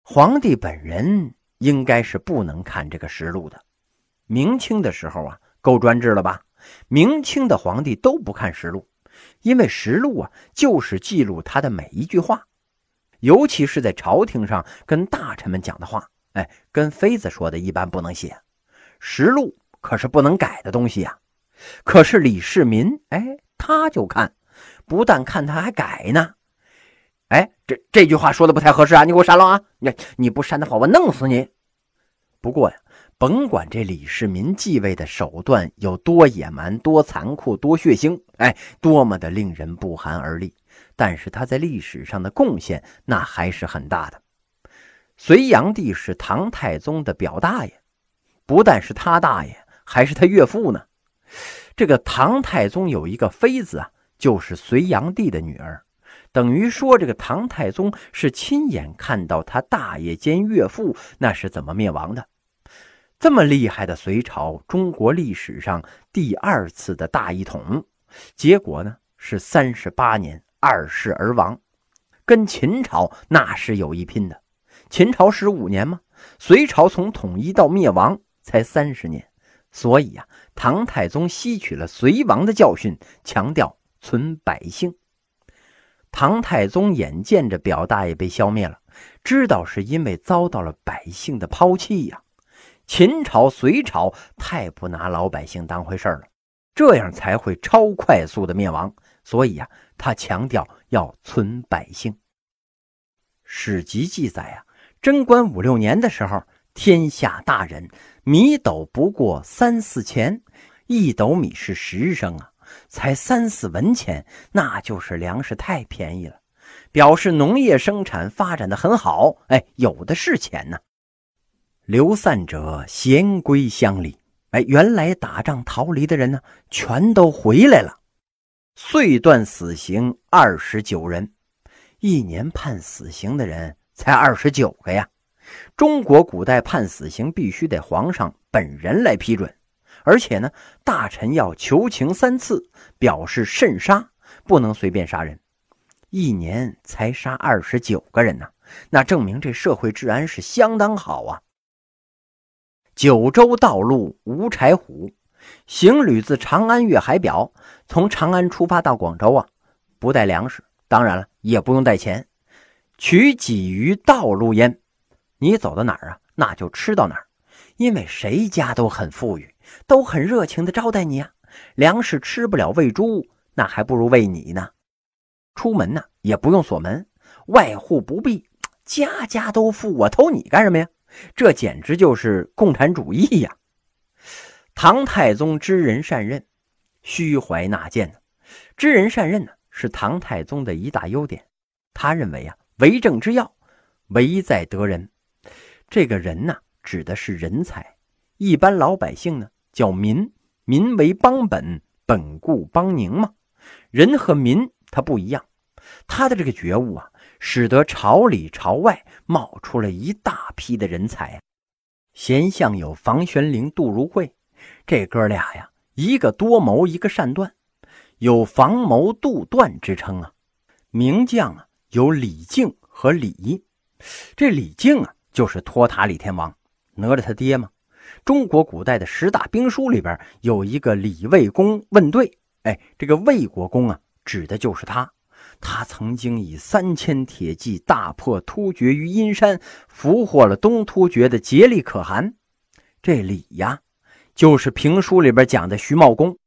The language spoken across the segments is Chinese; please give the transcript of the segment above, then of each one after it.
皇帝本人应该是不能看这个实录的。明清的时候啊，够专制了吧？明清的皇帝都不看实录，因为实录啊就是记录他的每一句话，尤其是在朝廷上跟大臣们讲的话，跟妃子说的一般不能写。实录可是不能改的东西啊。可是李世民他就看，不但看他还改呢。这句话说的不太合适啊，你给我删了啊！你不删的话我弄死你。不过呀，甭管这李世民继位的手段有多野蛮、多残酷、多血腥，多么的令人不寒而栗，但是他在历史上的贡献那还是很大的。隋炀帝是唐太宗的表大爷，不但是他大爷，还是他岳父呢。这个唐太宗有一个妃子啊，就是隋炀帝的女儿，等于说这个唐太宗是亲眼看到他大爷兼岳父那是怎么灭亡的。这么厉害的隋朝，中国历史上第二次的大一统，结果呢是38年2世而亡，跟秦朝那是有一拼的。秦朝15年嘛，隋朝从统一到灭亡才30年，所以啊，唐太宗吸取了隋王的教训，强调存百姓。唐太宗眼见着表大爷被消灭了，知道是因为遭到了百姓的抛弃呀。秦朝、隋朝太不拿老百姓当回事了，这样才会超快速的灭亡。所以啊，他强调要存百姓。史籍记载啊，贞观5、6年的时候，天下大忍，米斗不过3、4钱，1斗米是10升啊，才3、4文钱，那就是粮食太便宜了，表示农业生产发展的很好，有的是钱呢。流散者咸归乡里，原来打仗逃离的人呢，全都回来了。遂断死刑29人，1年判死刑的人才29个呀。中国古代判死刑必须得皇上本人来批准，而且呢，大臣要求情3次，表示慎杀，不能随便杀人。1年才杀29个人呢，那证明这社会治安是相当好啊。九州道路无柴虎，行旅自长安越海表，从长安出发到广州啊，不带粮食，当然了，也不用带钱，取给于道路焉。你走到哪儿啊，那就吃到哪儿，因为谁家都很富裕，都很热情的招待你啊。粮食吃不了喂猪，那还不如喂你呢。出门呢，也不用锁门，外户不闭，家家都富，我偷你干什么呀？这简直就是共产主义呀！唐太宗知人善任，虚怀纳谏呢。知人善任呢，是唐太宗的一大优点。他认为啊，为政之要，唯在得人。这个人呢，指的是人才。一般老百姓呢，叫民，民为邦本，本固邦宁嘛。人和民他不一样，他的这个觉悟啊，使得朝里朝外冒出了一大批的人才。贤相有房玄龄、杜如晦，这哥俩呀，一个多谋，一个善断，有房谋杜断之称啊。名将啊，有李靖和李毅。这李靖啊，就是托塔李天王，哪吒他爹嘛。中国古代的10大兵书里边有一个李卫公问对，这个卫国公啊，指的就是他。他曾经以3000铁骑大破突厥于阴山，俘获了东突厥的颉利可汗。这李呀，就是评书里边讲的徐茂公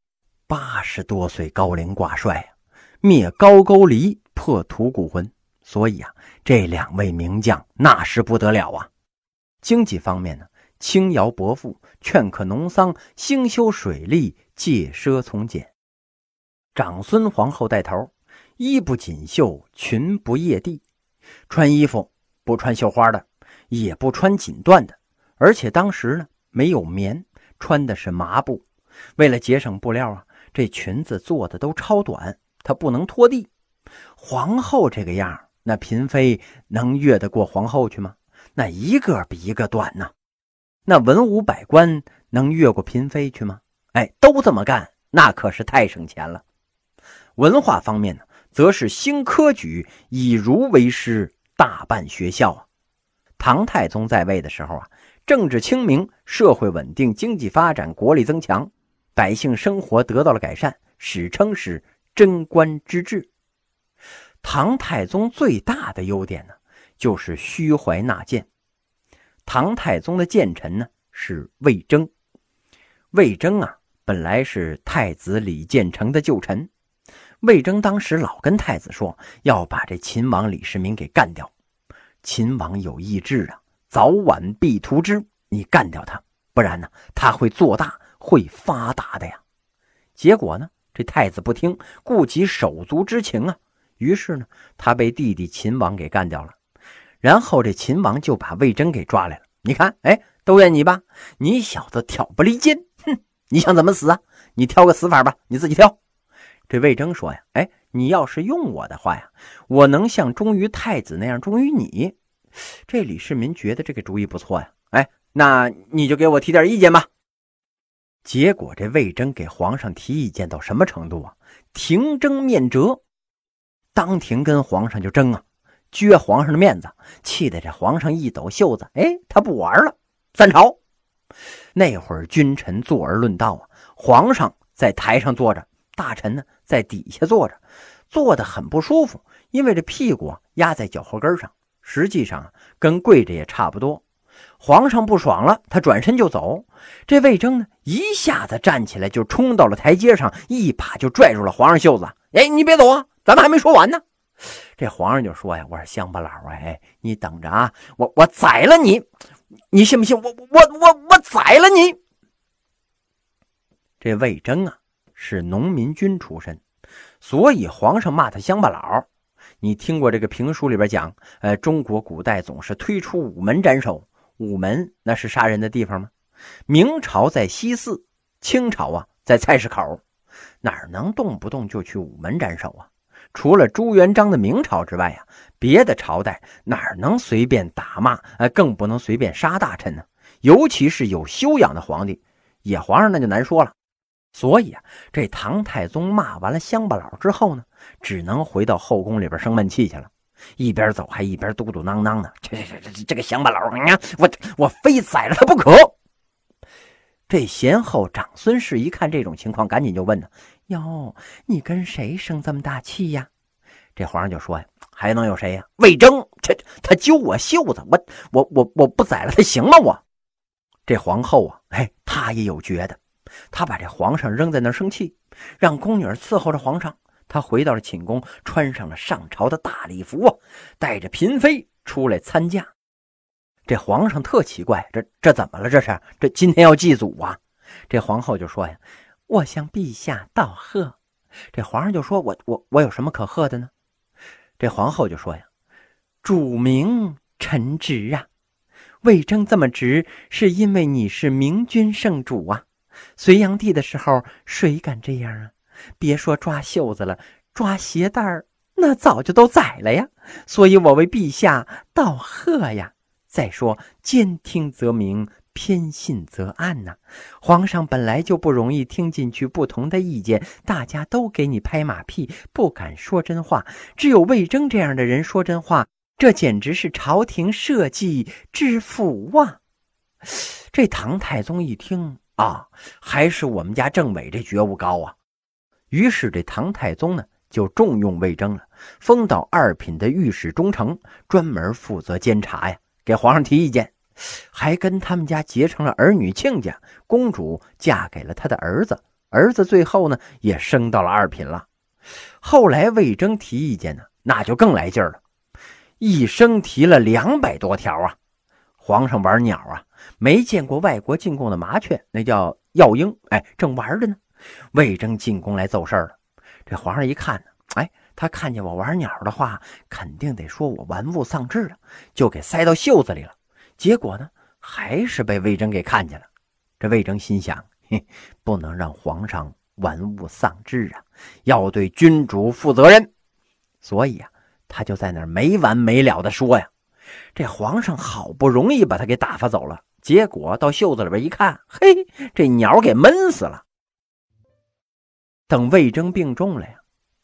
，80多岁高龄挂帅啊，灭高句丽，破吐谷浑。所以啊，这2位名将那是不得了啊。经济方面呢，轻徭薄赋，劝可农桑，兴修水利，戒奢从简。长孙皇后带头，衣不锦绣，裙不曳地，穿衣服不穿绣花的，也不穿锦缎的，而且当时呢没有棉，穿的是麻布。为了节省布料啊，这裙子做的都超短，它不能拖地。皇后这个样，那嫔妃能越得过皇后去吗？那一个比一个短呢。那文武百官能越过嫔妃去吗？都这么干，那可是太省钱了。文化方面呢，则是兴科举，以儒为师，大办学校啊。 唐太宗在位的时候啊，政治清明，社会稳定，经济发展，国力增强，百姓生活得到了改善，史称是贞观之治。唐太宗最大的优点呢，就是虚怀纳谏。唐太宗的谏臣呢是魏征。魏征啊，本来是太子李建成的旧臣。魏征当时老跟太子说要把这秦王李世民给干掉。秦王有意志啊，早晚必图之，你干掉他，不然呢他会做大，会发达的呀。结果呢，这太子不听，顾及手足之情啊，于是呢他被弟弟秦王给干掉了。然后这秦王就把魏征给抓来了。你看，都怨你吧，你小子挑拨离间，哼，你想怎么死啊？你挑个死法吧，你自己挑。这魏征说呀，你要是用我的话呀，我能像忠于太子那样忠于你。这李世民觉得这个主意不错呀，那你就给我提点意见吧。结果这魏征给皇上提意见到什么程度啊？停征面折，当庭跟皇上就争啊，撅皇上的面子，气得这皇上一抖袖子，他不玩了，三朝。那会儿君臣坐而论道啊，皇上在台上坐着，大臣呢在底下坐着，坐得很不舒服，因为这屁股压在脚后跟上，实际上跟跪着也差不多。皇上不爽了，他转身就走。这魏征呢，一下子站起来就冲到了台阶上，一把就拽住了皇上袖子。你别走啊，咱们还没说完呢。这皇上就说呀，我说乡巴佬你等着啊，我宰了你，你信不信我宰了你。这魏征啊是农民军出身，所以皇上骂他乡巴佬。你听过这个评书里边讲，中国古代总是推出午门斩首，午门那是杀人的地方吗？明朝在西四，清朝啊在菜市口，哪能动不动就去午门斩首啊？除了朱元璋的明朝之外啊，别的朝代哪能随便打骂，更不能随便杀大臣呢？尤其是有修养的皇帝，野皇上那就难说了。所以啊，这唐太宗骂完了乡巴佬之后呢，只能回到后宫里边生闷气去了，一边走还一边嘟嘟囔囔的，这个乡巴佬，我非宰了他不可。这贤后长孙氏一看这种情况，赶紧就问呢，哟，你跟谁生这么大气呀？这皇上就说呀，还能有谁呀？魏征，他揪我袖子，我不宰了他行吗？我这皇后啊，她也有觉得，她把这皇上扔在那儿生气，让宫女伺候着皇上。她回到了寝宫，穿上了上朝的大礼服啊，带着嫔妃出来参加。这皇上特奇怪，这怎么了？这今天要祭祖啊？这皇后就说呀，我向陛下道贺。这皇上就说，我有什么可贺的呢？这皇后就说呀，主名臣直啊，魏征这么直，是因为你是明君圣主啊。隋炀帝的时候，谁敢这样啊？别说抓袖子了，抓鞋带儿，那早就都宰了呀。所以我为陛下道贺呀。再说，兼听则明，偏信则暗呐。皇上本来就不容易听进去不同的意见，大家都给你拍马屁，不敢说真话，只有魏征这样的人说真话，这简直是朝廷社稷之福啊。这唐太宗一听啊，还是我们家政委这觉悟高啊。于是这唐太宗呢就重用魏征了，封到二品的御史中丞，专门负责监察呀，给皇上提意见，还跟他们家结成了儿女亲家，公主嫁给了他的儿子，儿子最后呢也升到了二品了。后来魏征提意见呢，那就更来劲儿了，一生提了200多条啊。皇上玩鸟啊，没见过外国进贡的麻雀，那叫药鹰，正玩着呢。魏征进宫来奏事儿了，这皇上一看呢，他看见我玩鸟的话，肯定得说我玩物丧志了，就给塞到袖子里了。结果呢，还是被魏征给看见了。这魏征心想，不能让皇上玩物丧志啊，要对君主负责任。所以啊，他就在那儿没完没了的说呀。这皇上好不容易把他给打发走了，结果到袖子里边一看，这鸟给闷死了。等魏征病重了呀，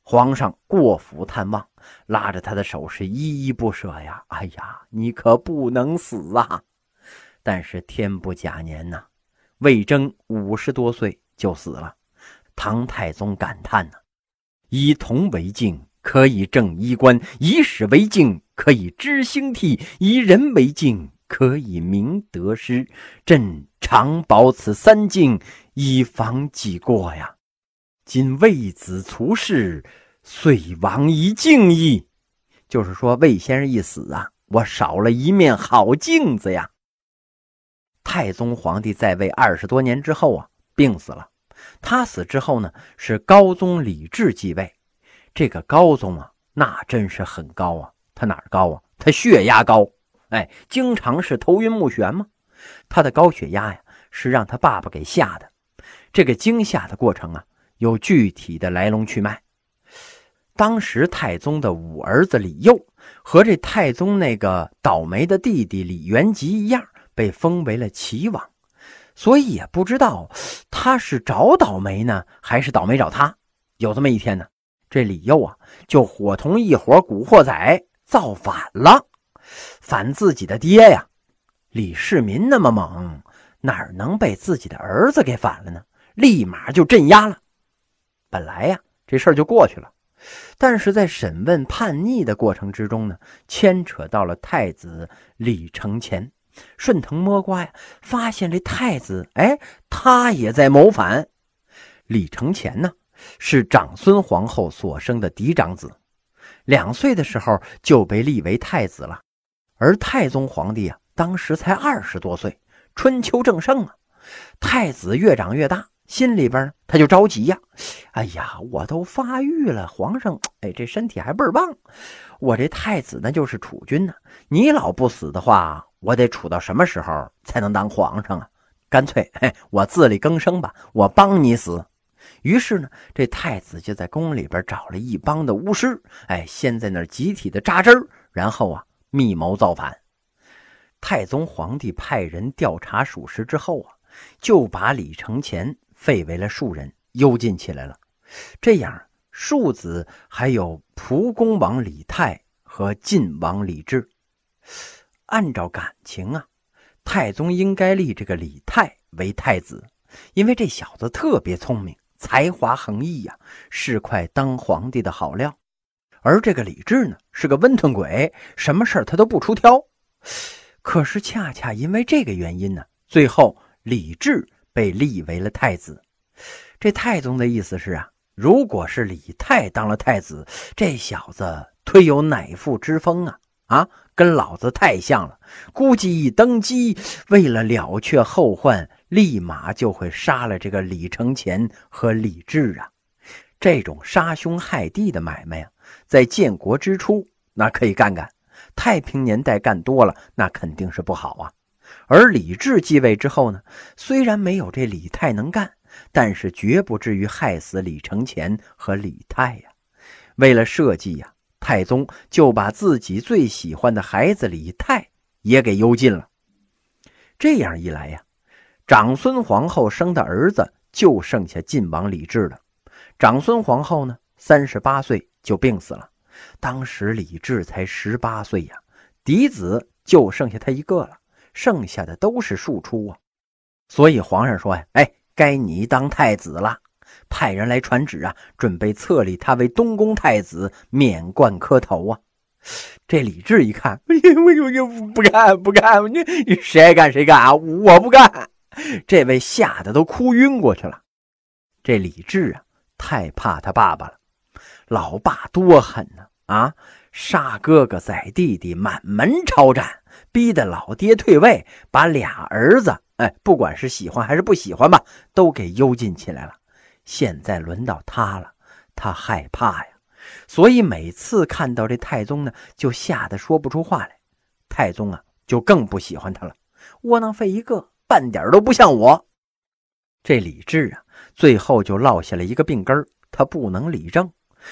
皇上过府探望，拉着他的手是依依不舍呀。哎呀，你可不能死啊！但是天不假年呐，魏征50多岁就死了。唐太宗感叹呐，以铜为镜，可以正衣冠；以史为镜，可以知兴替；以人为镜，可以明得失。朕常保此3镜，以防己过呀。今魏子卒世，遂亡一镜矣。就是说魏先生一死啊，我少了一面好镜子呀。太宗皇帝在位20多年之后啊，病死了。他死之后呢，是高宗李治继位。这个高宗啊，那真是很高啊。他哪儿高啊？他血压高，经常是头晕目眩嘛。他的高血压呀，是让他爸爸给吓的。这个惊吓的过程啊，有具体的来龙去脉。当时太宗的5儿子李佑和这太宗那个倒霉的弟弟李元吉一样，被封为了齐王。所以也不知道他是找倒霉呢，还是倒霉找他。有这么一天呢，这李佑啊，就伙同一伙古惑仔造反了，反自己的爹呀。李世民那么猛，哪能被自己的儿子给反了呢？立马就镇压了。本来呀，这事儿就过去了。但是在审问叛逆的过程之中呢，牵扯到了太子李承乾。顺藤摸瓜呀，发现这太子他也在谋反。李承乾呢，是长孙皇后所生的嫡长子，2岁的时候就被立为太子了。而太宗皇帝啊，当时才20多岁，春秋正盛啊。太子越长越大，心里边呢他就着急呀。哎呀，我都发育了，皇上这身体还倍儿棒，我这太子呢就是储君呢，你老不死的话，我得储到什么时候才能当皇上啊？干脆我自力更生吧，我帮你死。于是呢，这太子就在宫里边找了一帮的巫师，先在那儿集体的扎针儿，然后啊密谋造反。太宗皇帝派人调查属实之后啊，就把李承乾废为了庶人，幽禁起来了。这样庶子还有蒲公王李泰和晋王李治。按照感情啊，太宗应该立这个李泰为太子，因为这小子特别聪明，才华横溢呀，是块当皇帝的好料。而这个李治呢，是个温吞鬼，什么事儿他都不出挑。可是恰恰因为这个原因呢，最后李治被立为了太子。这太宗的意思是啊，如果是李泰当了太子，这小子忒有乃父之风啊，跟老子太像了，估计一登基，为了了却后患，立马就会杀了这个李承乾和李治啊。这种杀兄害弟的买卖在建国之初那可以干干，太平年代干多了那肯定是不好啊。而李治继位之后呢，虽然没有这李泰能干，但是绝不至于害死李承乾和李泰呀。为了社稷呀，太宗就把自己最喜欢的孩子李泰也给幽禁了。这样一来呀，长孙皇后生的儿子就剩下晋王李治了。长孙皇后呢，38岁就病死了。当时李治才18岁呀，嫡子就剩下他一个了，剩下的都是庶出啊。所以皇上说呀，该你当太子了，派人来传旨啊，准备册立他为东宫太子，免冠磕头啊。这李治一看，我不干，你谁干谁干啊，我不干。这位吓得都哭晕过去了。这李治啊，太怕他爸爸了，老爸多狠啊，杀哥哥宰弟弟，满门抄斩，逼得老爹退位，把俩儿子不管是喜欢还是不喜欢吧，都给幽禁起来了。现在轮到他了，他害怕呀，所以每次看到这太宗呢，就吓得说不出话来。太宗啊，就更不喜欢他了，窝囊废一个，半点都不像我。这李治啊，最后就落下了一个病根，他不能理政，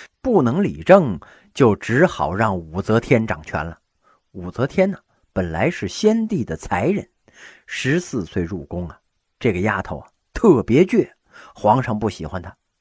就只好让武则天掌权了。武则天呢，本来是先帝的才人，14岁入宫啊，这个丫头啊特别倔，皇上不喜欢她。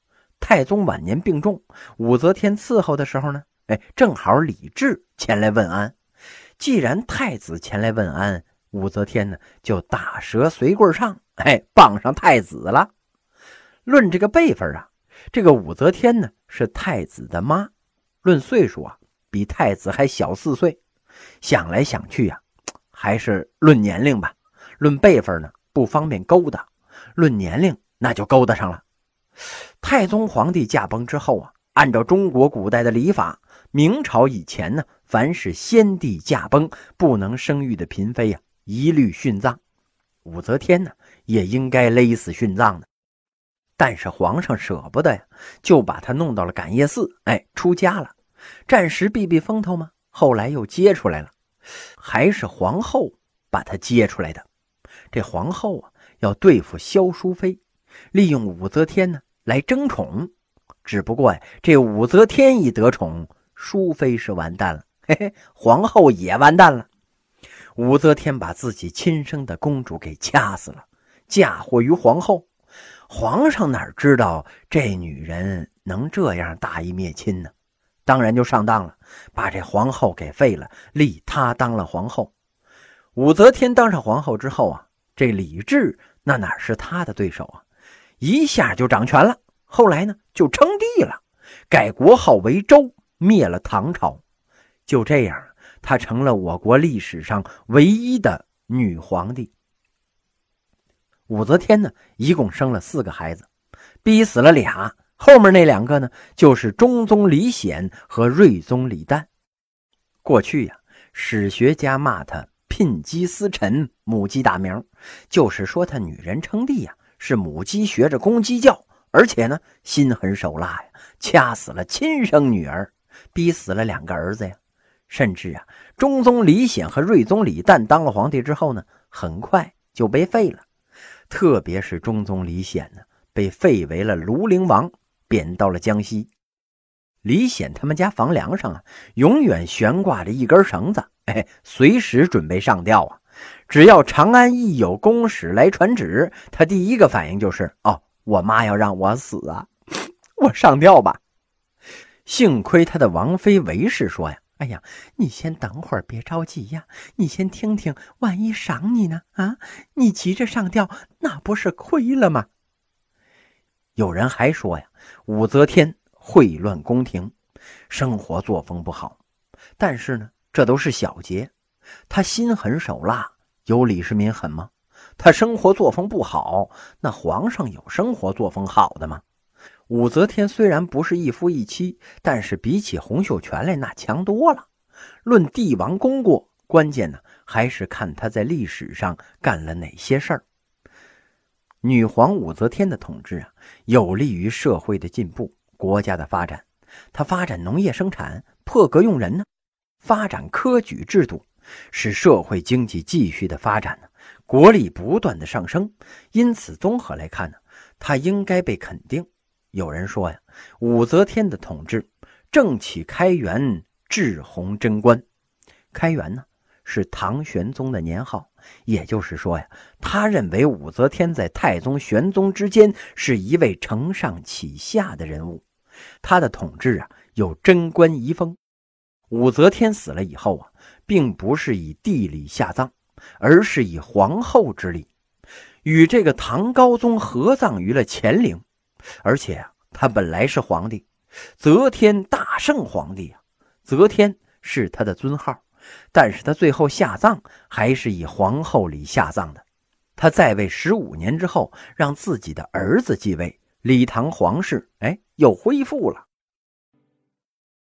太宗晚年病重，武则天伺候的时候呢，正好李治前来问安。既然太子前来问安，武则天呢就打蛇随棍上，傍上太子了。论这个辈分啊，这个武则天呢是太子的妈，论岁数啊比太子还小4岁。想来想去啊，还是论年龄吧。论辈分呢不方便勾搭，论年龄那就勾搭上了。太宗皇帝驾崩之后啊，按照中国古代的礼法，明朝以前呢，凡是先帝驾崩不能生育的嫔妃啊，一律殉葬。武则天呢也应该勒死殉葬的。但是皇上舍不得呀，就把他弄到了感业寺，出家了，暂时避避风头嘛。后来又接出来了，还是皇后把他接出来的。这皇后啊，要对付萧淑妃，利用武则天呢来争宠。只不过这武则天一得宠，淑妃是完蛋了，皇后也完蛋了。武则天把自己亲生的公主给掐死了，嫁祸于皇后。皇上哪知道这女人能这样大义灭亲呢？当然就上当了，把这皇后给废了，立她当了皇后。武则天当上皇后之后啊，这李治那哪是她的对手啊，一下就掌权了。后来呢就称帝了，改国号为周，灭了唐朝。就这样，她成了我国历史上唯一的女皇帝。武则天呢一共生了4个孩子，逼死了俩，后面那2个呢就是中宗李显和睿宗李旦。过去呀，史学家骂他牝鸡司晨，母鸡打鸣，就是说他女人称帝呀，是母鸡学着公鸡叫，而且呢心狠手辣呀，掐死了亲生女儿，逼死了2个儿子呀。甚至啊，中宗李显和睿宗李旦当了皇帝之后呢，很快就被废了。特别是中宗李显呢，被废为了庐陵王，贬到了江西。李显他们家房梁上啊，永远悬挂着一根绳子，随时准备上吊啊。只要长安一有公使来传旨，他第一个反应就是我妈要让我死啊，我上吊吧。幸亏他的王妃韦氏说呀，哎呀，你先等会儿，别着急呀，你先听听，万一赏你呢啊？你急着上吊，那不是亏了吗？有人还说呀，武则天秽乱宫廷，生活作风不好。但是呢，这都是小节。她心狠手辣，有李世民狠吗？她生活作风不好，那皇上有生活作风好的吗？武则天虽然不是一夫一妻，但是比起洪秀全来那强多了。论帝王功过，关键呢还是看她在历史上干了哪些事儿。女皇武则天的统治啊，有利于社会的进步，国家的发展。她发展农业生产，破格用人呢，发展科举制度，使社会经济继续的发展呢，国力不断的上升。因此综合来看呢，她应该被肯定。有人说呀，武则天的统治正起开元，至弘贞观。开元呢是唐玄宗的年号，也就是说呀，他认为武则天在太宗玄宗之间是一位承上启下的人物，他的统治啊有贞观遗风。武则天死了以后啊，并不是以地礼下葬，而是以皇后之礼，与这个唐高宗合葬于了乾陵。而且啊，他本来是皇帝，则天大圣皇帝啊，则天是他的尊号，但是他最后下葬还是以皇后礼下葬的。他在位15年之后，让自己的儿子继位，李唐皇室又恢复了。